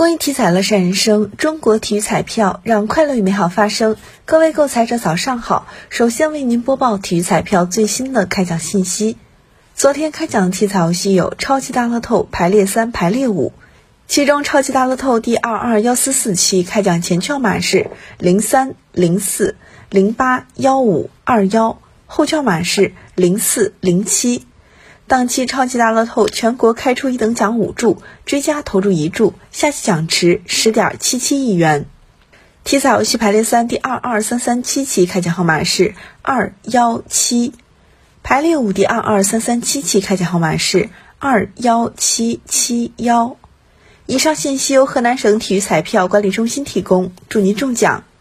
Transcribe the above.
公益体彩乐善人生，中国体育彩票让快乐与美好发生。各位购彩者早上好，首先为您播报体育彩票最新的开奖信息。昨天开奖的体彩游戏有超级大乐透排列3、排列5，其中超级大乐透第22144期开奖前券码是03、04、08、15、21，后券码是04、07。当期超级大乐透全国开出1等奖5注，追加投注1注，下期奖池10.77亿元。体彩游戏排列3第22337期开奖号码是217，排列5第22337期开奖号码是21771。以上信息由河南省体育彩票管理中心提供，祝您中奖。